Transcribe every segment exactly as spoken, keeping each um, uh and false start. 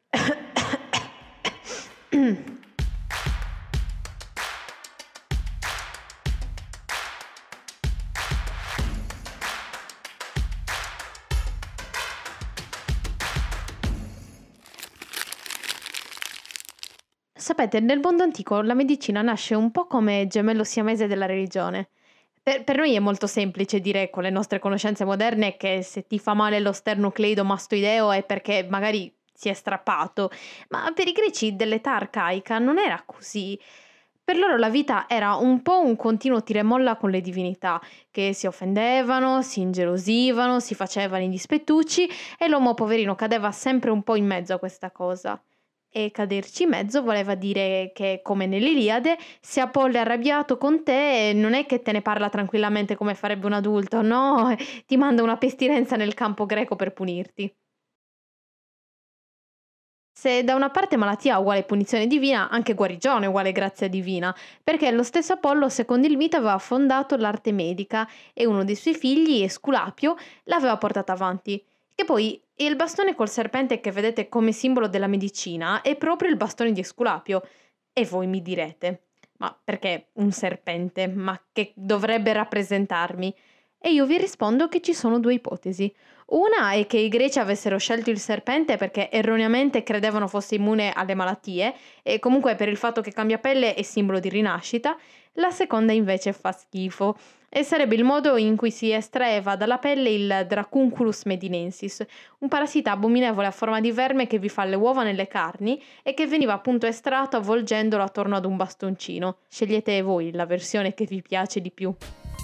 Sapete, nel mondo antico la medicina nasce un po' come gemello siamese della religione. Per, per noi è molto semplice dire con le nostre conoscenze moderne che se ti fa male lo sternocleidomastoideo è perché magari si è strappato, ma per i greci dell'età arcaica non era così. Per loro la vita era un po' un continuo tira e molla con le divinità, che si offendevano, si ingelosivano, si facevano i dispettucci e l'uomo poverino cadeva sempre un po' in mezzo a questa cosa. E caderci in mezzo voleva dire che, come nell'Iliade, se Apollo è arrabbiato con te, non è che te ne parla tranquillamente come farebbe un adulto, no, ti manda una pestilenza nel campo greco per punirti. Se da una parte malattia uguale punizione divina, anche guarigione uguale grazia divina, perché lo stesso Apollo, secondo il mito, aveva fondato l'arte medica e uno dei suoi figli, Esculapio, l'aveva portata avanti. Che poi il bastone col serpente che vedete come simbolo della medicina è proprio il bastone di Esculapio. E voi mi direte, ma perché un serpente? Ma che dovrebbe rappresentarmi? E io vi rispondo che ci sono due ipotesi. Una è che i greci avessero scelto il serpente perché erroneamente credevano fosse immune alle malattie e comunque per il fatto che cambia pelle è simbolo di rinascita. La seconda invece fa schifo e sarebbe il modo in cui si estraeva dalla pelle il Dracunculus medinensis, un parassita abominevole a forma di verme che vi fa le uova nelle carni e che veniva appunto estratto avvolgendolo attorno ad un bastoncino. Scegliete voi la versione che vi piace di più.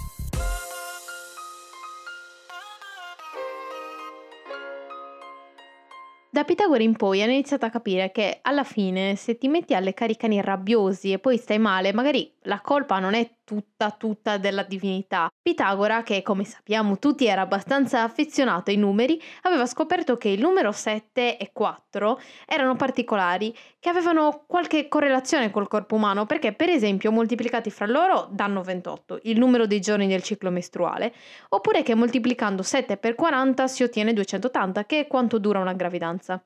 Da Pitagora in poi hanno iniziato a capire che alla fine se ti metti a leccare i cani rabbiosi e poi stai male, magari la colpa non è tutta tutta della divinità. Pitagora, che come sappiamo tutti era abbastanza affezionato ai numeri, aveva scoperto che il numero sette e quattro erano particolari, che avevano qualche correlazione col corpo umano, perché per esempio moltiplicati fra loro danno ventotto, il numero dei giorni del ciclo mestruale, oppure che moltiplicando sette per quaranta si ottiene duecentottanta, che è quanto dura una gravidanza.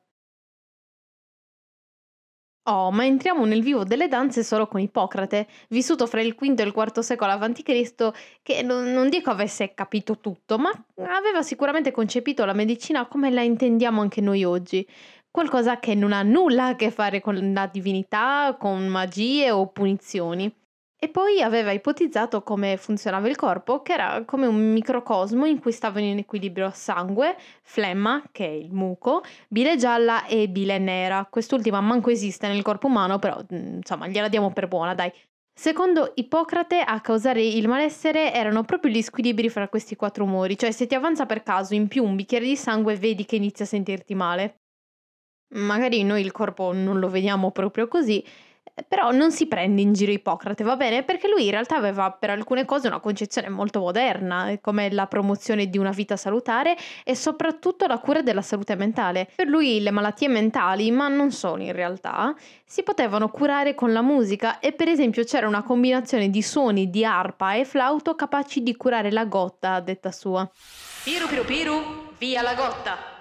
Oh, ma entriamo nel vivo delle danze solo con Ippocrate, vissuto fra il quinto e il quarto secolo avanti Cristo, che non, non dico avesse capito tutto, ma aveva sicuramente concepito la medicina come la intendiamo anche noi oggi. Qualcosa che non ha nulla a che fare con la divinità, con magie o punizioni. E poi aveva ipotizzato come funzionava il corpo, che era come un microcosmo in cui stavano in equilibrio sangue, flemma, che è il muco, bile gialla e bile nera. Quest'ultima manco esiste nel corpo umano, però mm, insomma gliela diamo per buona, dai. Secondo Ippocrate, a causare il malessere erano proprio gli squilibri fra questi quattro umori, cioè se ti avanza per caso in più un bicchiere di sangue vedi che inizi a sentirti male. Magari noi il corpo non lo vediamo proprio così, eh, però non si prende in giro Ippocrate, va bene? Perché lui in realtà aveva per alcune cose una concezione molto moderna, eh, come la promozione di una vita salutare e soprattutto la cura della salute mentale. Per lui le malattie mentali, ma non solo in realtà, si potevano curare con la musica e per esempio c'era una combinazione di suoni di arpa e flauto capaci di curare la gotta, a detta sua. Piru piru piru, via la gotta!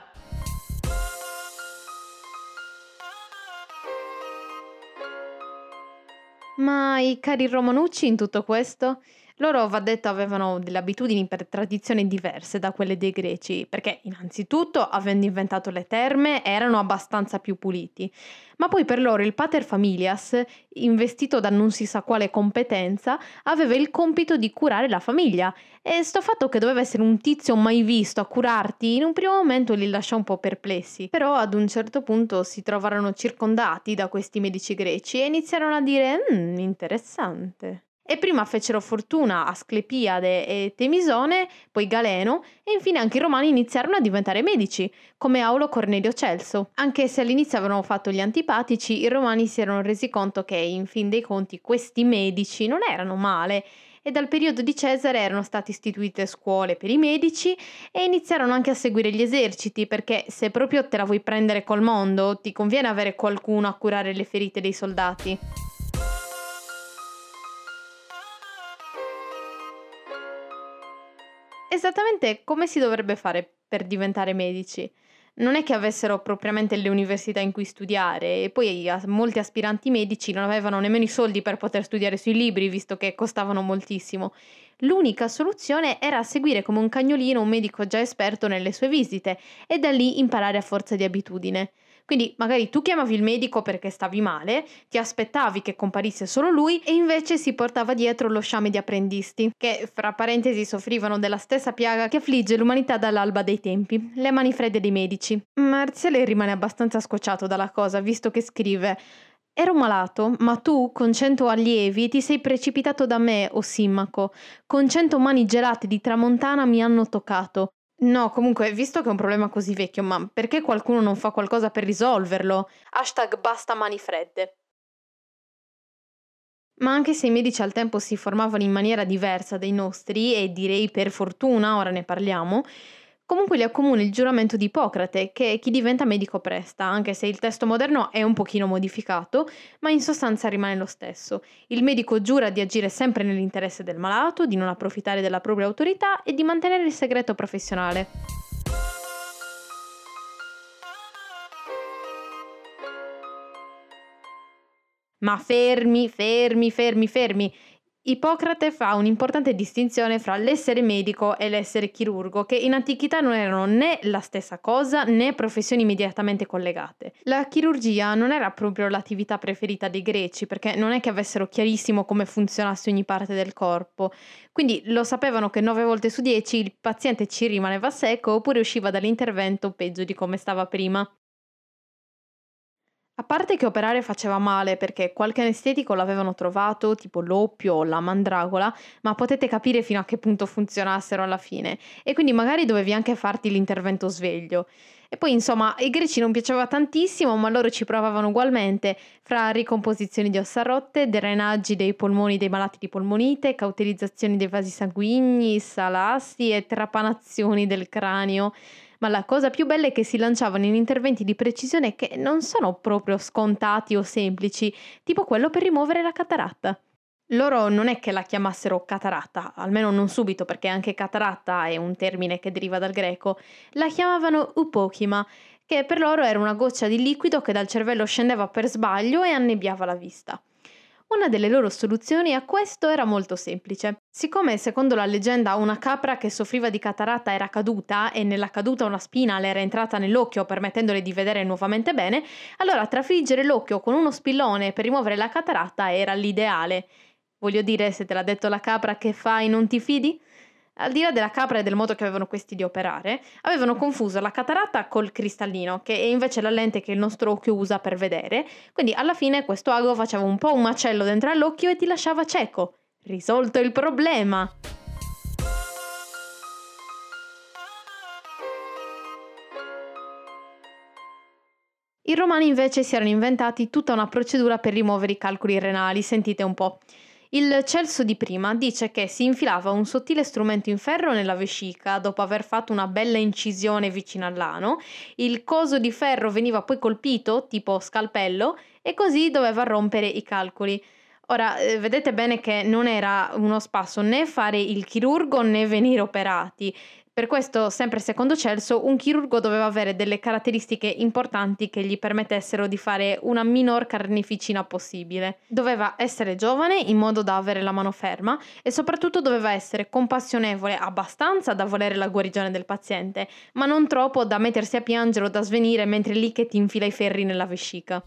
Ma i cari romanucci in tutto questo? Loro, va detto, avevano delle abitudini per tradizione diverse da quelle dei greci, perché innanzitutto, avendo inventato le terme, erano abbastanza più puliti. Ma poi per loro il pater familias, investito da non si sa quale competenza, aveva il compito di curare la famiglia. E sto fatto che doveva essere un tizio mai visto a curarti, in un primo momento li lasciò un po' perplessi. Però ad un certo punto si trovarono circondati da questi medici greci e iniziarono a dire: "Mmm, interessante". E prima fecero fortuna Asclepiade e Temisone, poi Galeno, e infine anche i romani iniziarono a diventare medici, come Aulo Cornelio Celso. Anche se all'inizio avevano fatto gli antipatici, i romani si erano resi conto che, in fin dei conti, questi medici non erano male, e dal periodo di Cesare erano state istituite scuole per i medici e iniziarono anche a seguire gli eserciti, perché se proprio te la vuoi prendere col mondo, ti conviene avere qualcuno a curare le ferite dei soldati. Esattamente come si dovrebbe fare per diventare medici? non è che avessero propriamente le università in cui studiare e poi a- molti aspiranti medici non avevano nemmeno i soldi per poter studiare sui libri, visto che costavano moltissimo. L'unica soluzione era seguire come un cagnolino un medico già esperto nelle sue visite e da lì imparare a forza di abitudine. Quindi magari tu chiamavi il medico perché stavi male, ti aspettavi che comparisse solo lui e invece si portava dietro lo sciame di apprendisti, che fra parentesi soffrivano della stessa piaga che affligge l'umanità dall'alba dei tempi, le mani fredde dei medici. Marziale rimane abbastanza scocciato dalla cosa, visto che scrive: ero malato, ma tu, con cento allievi, ti sei precipitato da me, o Simmaco. Con cento mani gelate di tramontana mi hanno toccato. No, comunque, visto che è un problema così vecchio, ma perché qualcuno non fa qualcosa per risolverlo? Hashtag basta mani fredde. Ma anche se i medici al tempo si formavano in maniera diversa dai nostri, e direi per fortuna, ora ne parliamo, comunque li accomuna il giuramento di Ippocrate, che chi diventa medico presta, anche se il testo moderno è un pochino modificato, ma in sostanza rimane lo stesso. Il medico giura di agire sempre nell'interesse del malato, di non approfittare della propria autorità e di mantenere il segreto professionale. Ma fermi, fermi, fermi, fermi. Ippocrate fa un'importante distinzione fra l'essere medico e l'essere chirurgo, che in antichità non erano né la stessa cosa né professioni immediatamente collegate. La chirurgia non era proprio l'attività preferita dei greci, perché non è che avessero chiarissimo come funzionasse ogni parte del corpo. Quindi lo sapevano che nove volte su dieci il paziente ci rimaneva secco oppure usciva dall'intervento peggio di come stava prima. A parte che operare faceva male perché qualche anestetico l'avevano trovato, tipo l'oppio o la mandragola, ma potete capire fino a che punto funzionassero alla fine. E quindi magari dovevi anche farti l'intervento sveglio. E poi insomma, ai greci non piaceva tantissimo, ma loro ci provavano ugualmente, fra ricomposizioni di ossa rotte, drenaggi dei polmoni dei malati di polmonite, cauterizzazioni dei vasi sanguigni, salassi e trapanazioni del cranio. Ma la cosa più bella è che si lanciavano in interventi di precisione che non sono proprio scontati o semplici, tipo quello per rimuovere la cataratta. Loro non è che la chiamassero cataratta, almeno non subito perché anche cataratta è un termine che deriva dal greco, la chiamavano upokima, che per loro era una goccia di liquido che dal cervello scendeva per sbaglio e annebbiava la vista. Una delle loro soluzioni a questo era molto semplice. Siccome secondo la leggenda una capra che soffriva di cataratta era caduta e nella caduta una spina le era entrata nell'occhio permettendole di vedere nuovamente bene, allora trafiggere l'occhio con uno spillone per rimuovere la cataratta era l'ideale. Voglio dire, se te l'ha detto la capra, che fai, non ti fidi? Al di là della capra e del modo che avevano questi di operare, avevano confuso la cataratta col cristallino, che è invece la lente che il nostro occhio usa per vedere, quindi alla fine questo ago faceva un po' un macello dentro all'occhio e ti lasciava cieco. Risolto il problema! I romani invece si erano inventati tutta una procedura per rimuovere i calcoli renali, sentite un po'. Il Celso di prima dice che si infilava un sottile strumento in ferro nella vescica dopo aver fatto una bella incisione vicino all'ano, il coso di ferro veniva poi colpito, tipo scalpello, e così doveva rompere i calcoli. Ora, eh, vedete bene che non era uno spasso né fare il chirurgo né venire operati. Per questo, sempre secondo Celso, un chirurgo doveva avere delle caratteristiche importanti che gli permettessero di fare una minor carneficina possibile. Doveva essere giovane in modo da avere la mano ferma e soprattutto doveva essere compassionevole abbastanza da volere la guarigione del paziente, ma non troppo da mettersi a piangere o da svenire mentre è lì che ti infila i ferri nella vescica.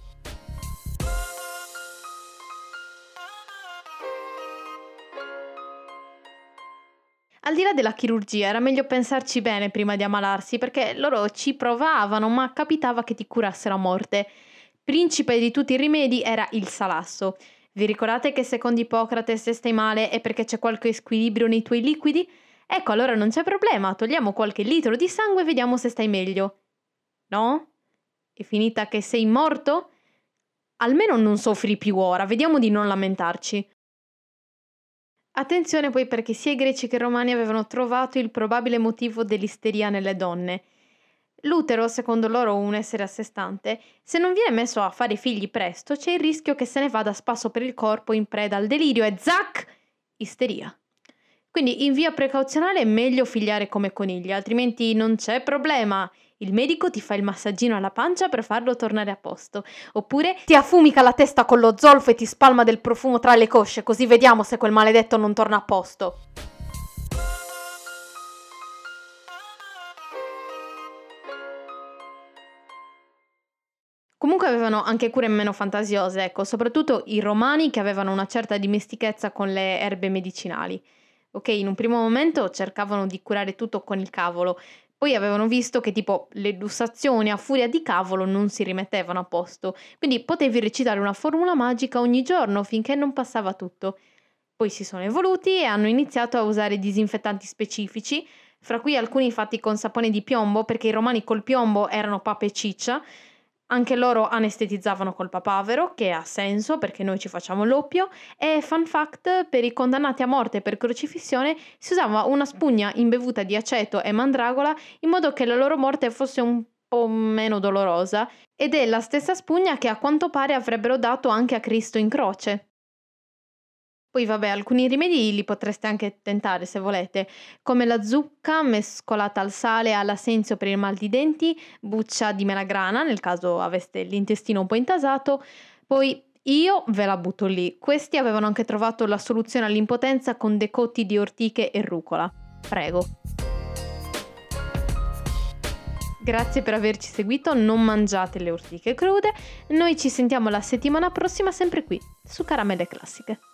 Al di là della chirurgia era meglio pensarci bene prima di ammalarsi perché loro ci provavano ma capitava che ti curassero a morte. Principe di tutti i rimedi era il salasso. Vi ricordate che secondo Ippocrate se stai male è perché c'è qualche squilibrio nei tuoi liquidi? Ecco, allora non c'è problema, togliamo qualche litro di sangue e vediamo se stai meglio. No? È finita che sei morto? Almeno non soffri più ora, vediamo di non lamentarci. Attenzione poi perché sia i greci che i romani avevano trovato il probabile motivo dell'isteria nelle donne. L'utero, secondo loro un essere a sé stante, se non viene messo a fare figli presto, c'è il rischio che se ne vada a spasso per il corpo in preda al delirio e zac! Isteria. Quindi in via precauzionale è meglio figliare come conigli, altrimenti non c'è problema. Il medico ti fa il massaggino alla pancia per farlo tornare a posto. Oppure ti affumica la testa con lo zolfo e ti spalma del profumo tra le cosce, così vediamo se quel maledetto non torna a posto. Comunque avevano anche cure meno fantasiose, ecco, soprattutto i romani che avevano una certa dimestichezza con le erbe medicinali. Ok, in un primo momento cercavano di curare tutto con il cavolo, poi avevano visto che tipo le lussazioni a furia di cavolo non si rimettevano a posto, quindi potevi recitare una formula magica ogni giorno finché non passava tutto. Poi si sono evoluti e hanno iniziato a usare disinfettanti specifici, fra cui alcuni fatti con sapone di piombo, perché i romani col piombo erano pape e ciccia. Anche loro anestetizzavano col papavero, che ha senso perché noi ci facciamo l'oppio, e fun fact, per i condannati a morte per crocifissione si usava una spugna imbevuta di aceto e mandragola in modo che la loro morte fosse un po' meno dolorosa, ed è la stessa spugna che a quanto pare avrebbero dato anche a Cristo in croce. Poi vabbè, alcuni rimedi li potreste anche tentare se volete, come la zucca mescolata al sale e all'assenzio per il mal di denti, buccia di melagrana nel caso aveste l'intestino un po' intasato. Poi io ve la butto lì, questi avevano anche trovato la soluzione all'impotenza con decotti di ortiche e rucola. Prego. Grazie per averci seguito, non mangiate le ortiche crude, noi ci sentiamo la settimana prossima sempre qui, su Caramelle Classiche.